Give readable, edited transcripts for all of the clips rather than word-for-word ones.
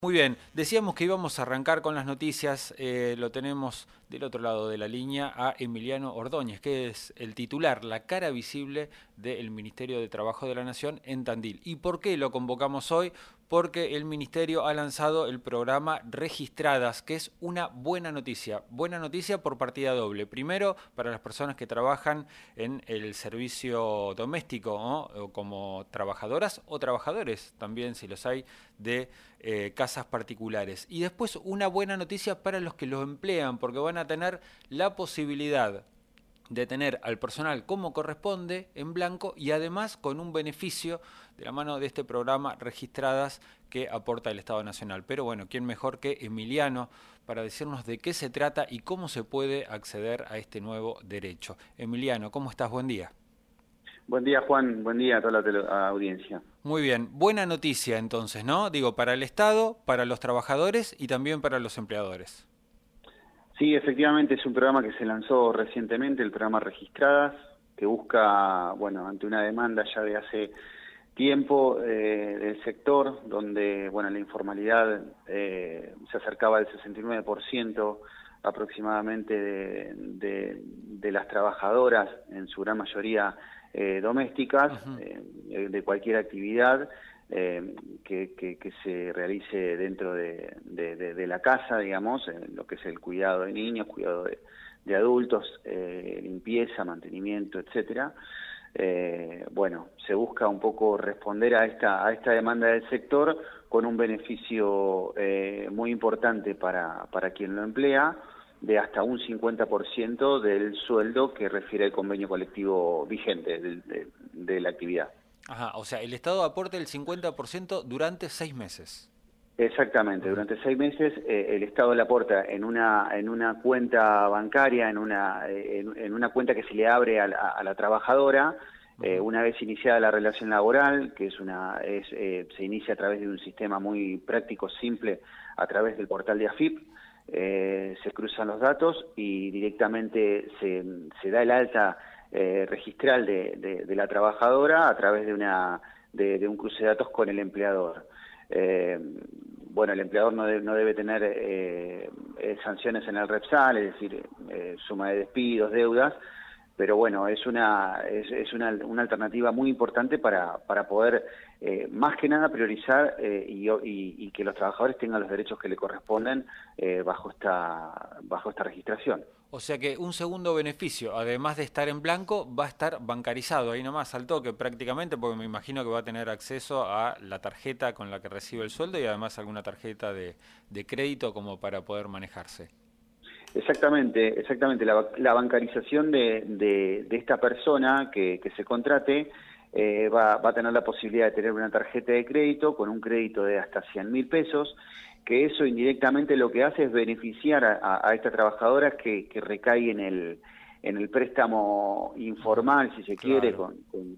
Muy bien, decíamos que íbamos a arrancar con las noticias, lo tenemos del otro lado de la línea a Emiliano Ordóñez, que es el titular, la cara visible del Ministerio de Trabajo de la Nación en Tandil. ¿Y por qué lo convocamos hoy? Porque el Ministerio ha lanzado el programa Registradas, que es una buena noticia por partida doble. Primero, para las personas que trabajan en el servicio doméstico, ¿no? O como trabajadoras o trabajadores, también si los hay, de casas particulares. Y después una buena noticia para los que los emplean, porque van a tener la posibilidad de tener al personal como corresponde, en blanco, y además con un beneficio de la mano de este programa Registradas que aporta el Estado Nacional. Pero bueno, ¿quién mejor que Emiliano para decirnos de qué se trata y cómo se puede acceder a este nuevo derecho? Emiliano, ¿cómo estás? Buen día. Buen día, Juan. Buen día a toda la audiencia. Muy bien, buena noticia entonces, ¿no? Digo, para el Estado, para los trabajadores y también para los empleadores. Sí, efectivamente es un programa que se lanzó recientemente, el programa Registradas, que busca, bueno, ante una demanda ya de hace tiempo del sector, donde, bueno, la informalidad se acercaba al 69% aproximadamente de las trabajadoras, en su gran mayoría domésticas, Ujú. de cualquier actividad que se realice dentro de la casa, digamos, en lo que es el cuidado de niños, cuidado de adultos, limpieza, mantenimiento, etcétera. Bueno, se busca un poco responder a esta demanda del sector con un beneficio muy importante para quien lo emplea, de hasta un 50% del sueldo que refiere el convenio colectivo vigente de la actividad. Ajá, o sea, el Estado aporta el 50% durante 6 meses. Exactamente, Ujú. durante 6 meses el Estado le aporta en una cuenta bancaria, en una cuenta que se le abre a la trabajadora, Ujú. una vez iniciada la relación laboral, que se inicia a través de un sistema muy práctico, simple, a través del portal de AFIP. Se cruzan los datos y directamente se da el alta registral de la trabajadora a través de un cruce de datos con el empleador. Eh, bueno, el empleador no debe tener sanciones en el REPSAL, es decir, suma de despidos, deudas, pero bueno, es una alternativa muy importante para poder, más que nada, priorizar y que los trabajadores tengan los derechos que le corresponden bajo esta registración. O sea que un segundo beneficio, además de estar en blanco, va a estar bancarizado ahí nomás, al toque prácticamente, porque me imagino que va a tener acceso a la tarjeta con la que recibe el sueldo y además alguna tarjeta de crédito como para poder manejarse. Exactamente, exactamente. La bancarización de esta persona que se contrate va a tener la posibilidad de tener una tarjeta de crédito con un crédito de hasta 100.000 pesos, que eso indirectamente lo que hace es beneficiar a esta trabajadora que recae en el préstamo Ujú. informal, si se quiere, Claro.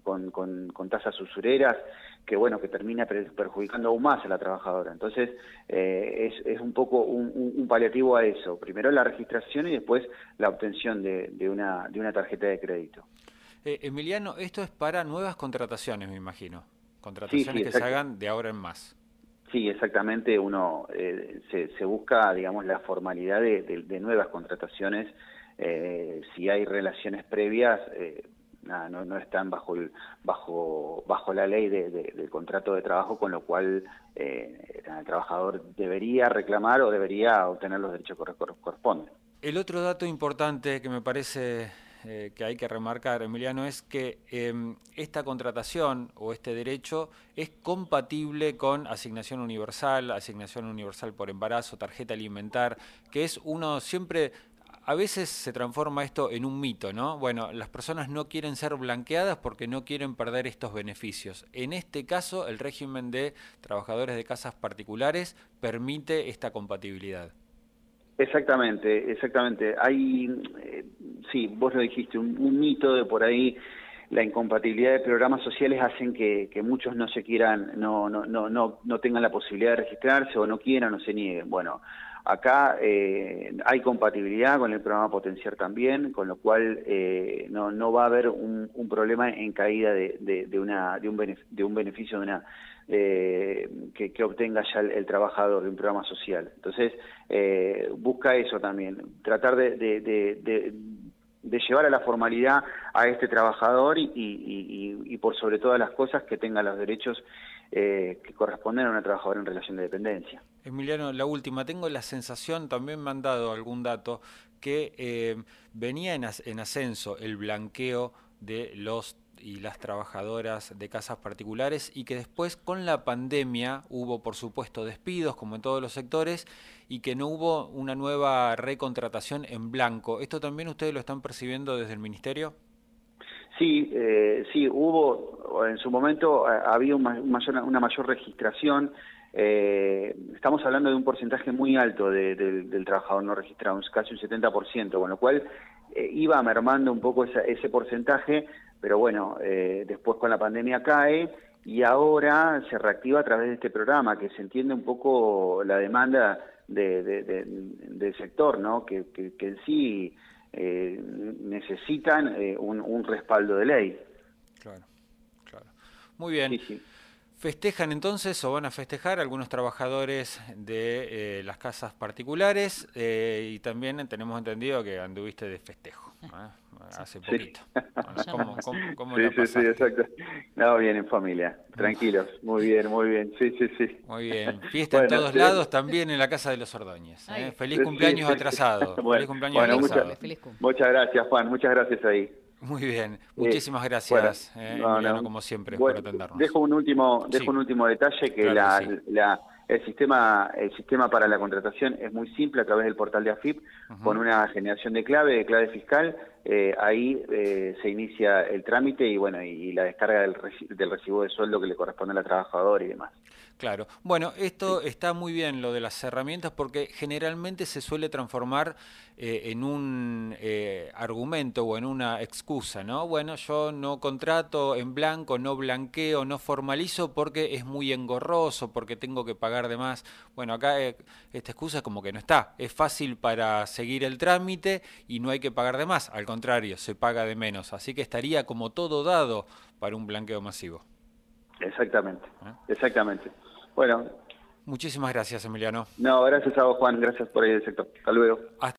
con tasas usureras, que bueno, que termina perjudicando aún más a la trabajadora. Entonces, es un poco un paliativo a eso. Primero la registración y después la obtención de una tarjeta de crédito. Emiliano, esto es para nuevas contrataciones, me imagino. Sí, Contrataciones sí, que se exacto. hagan de ahora en más. Sí, exactamente. Uno se busca, digamos, la formalidad de nuevas contrataciones. Si hay relaciones previas, nada, no están bajo la ley del contrato de trabajo, con lo cual el trabajador debería reclamar o debería obtener los derechos que corresponden. El otro dato importante que me parece que hay que remarcar, Emiliano, es que esta contratación o este derecho es compatible con asignación universal por embarazo, tarjeta alimentar, que es uno siempre, a veces se transforma esto en un mito, ¿no? Bueno, las personas no quieren ser blanqueadas porque no quieren perder estos beneficios. En este caso, el régimen de trabajadores de casas particulares permite esta compatibilidad. Exactamente, exactamente. Sí, vos lo dijiste, un mito de por ahí. La incompatibilidad de programas sociales hacen que muchos no se quieran, no tengan la posibilidad de registrarse o no quieran o se nieguen. Bueno, acá hay compatibilidad con el programa Potenciar también, con lo cual no va a haber un problema en caída de un beneficio que obtenga ya el trabajador de un programa social. Entonces, busca eso también, tratar de llevar a la formalidad a este trabajador y por sobre todas las cosas que tenga los derechos que corresponden a una trabajadora en relación de dependencia. Emiliano, la última, tengo la sensación, también me han dado algún dato, que venía en ascenso el blanqueo de los y las trabajadoras de casas particulares y que después con la pandemia hubo por supuesto despidos como en todos los sectores y que no hubo una nueva recontratación en blanco. ¿Esto también ustedes lo están percibiendo desde el Ministerio? Sí, sí, hubo, en su momento había una mayor registración. Estamos hablando de un porcentaje muy alto del trabajador no registrado, casi un 70%, con lo cual iba mermando un poco ese porcentaje, pero bueno, después con la pandemia cae y ahora se reactiva a través de este programa, que se entiende un poco la demanda del sector, ¿no? Que en sí necesitan un respaldo de ley. Claro, claro. Muy bien. Sí, sí. ¿Festejan entonces o van a festejar algunos trabajadores de las casas particulares? Y también tenemos entendido que anduviste de festejo hace poquito. Sí. Bueno, ¿cómo Sí, la sí, pasaste? sí, exacto. No, bien en familia, tranquilos, muy bien, muy bien, sí, sí, sí. Muy bien. Fiesta en todos lados, también en la casa de los Ordóñez. Feliz cumpleaños Sí, sí. atrasado. Feliz cumpleaños Bueno, atrasado. muchas gracias, Juan, muchas gracias ahí. Muy bien. Muchísimas Bueno, gracias, Emiliano, como siempre, por atendernos. Dejo un último detalle, que Claro que sí. el sistema para la contratación es muy simple a través del portal de AFIP, con una generación de clave fiscal. Ahí se inicia el trámite y bueno, y la descarga del recibo de sueldo que le corresponde a la trabajadora y demás. Claro. Bueno, esto está muy bien, lo de las herramientas, porque generalmente se suele transformar en un argumento o en una excusa, ¿no? Bueno, yo no contrato en blanco, no blanqueo, no formalizo porque es muy engorroso, porque tengo que pagar de más. Bueno, acá esta excusa como que no está. Es fácil para seguir el trámite y no hay que pagar de más. Al contrario, se paga de menos. Así que estaría como todo dado para un blanqueo masivo. Exactamente, exactamente. Bueno. Muchísimas gracias, Emiliano. No, gracias a vos, Juan, gracias por el sector. Hasta luego.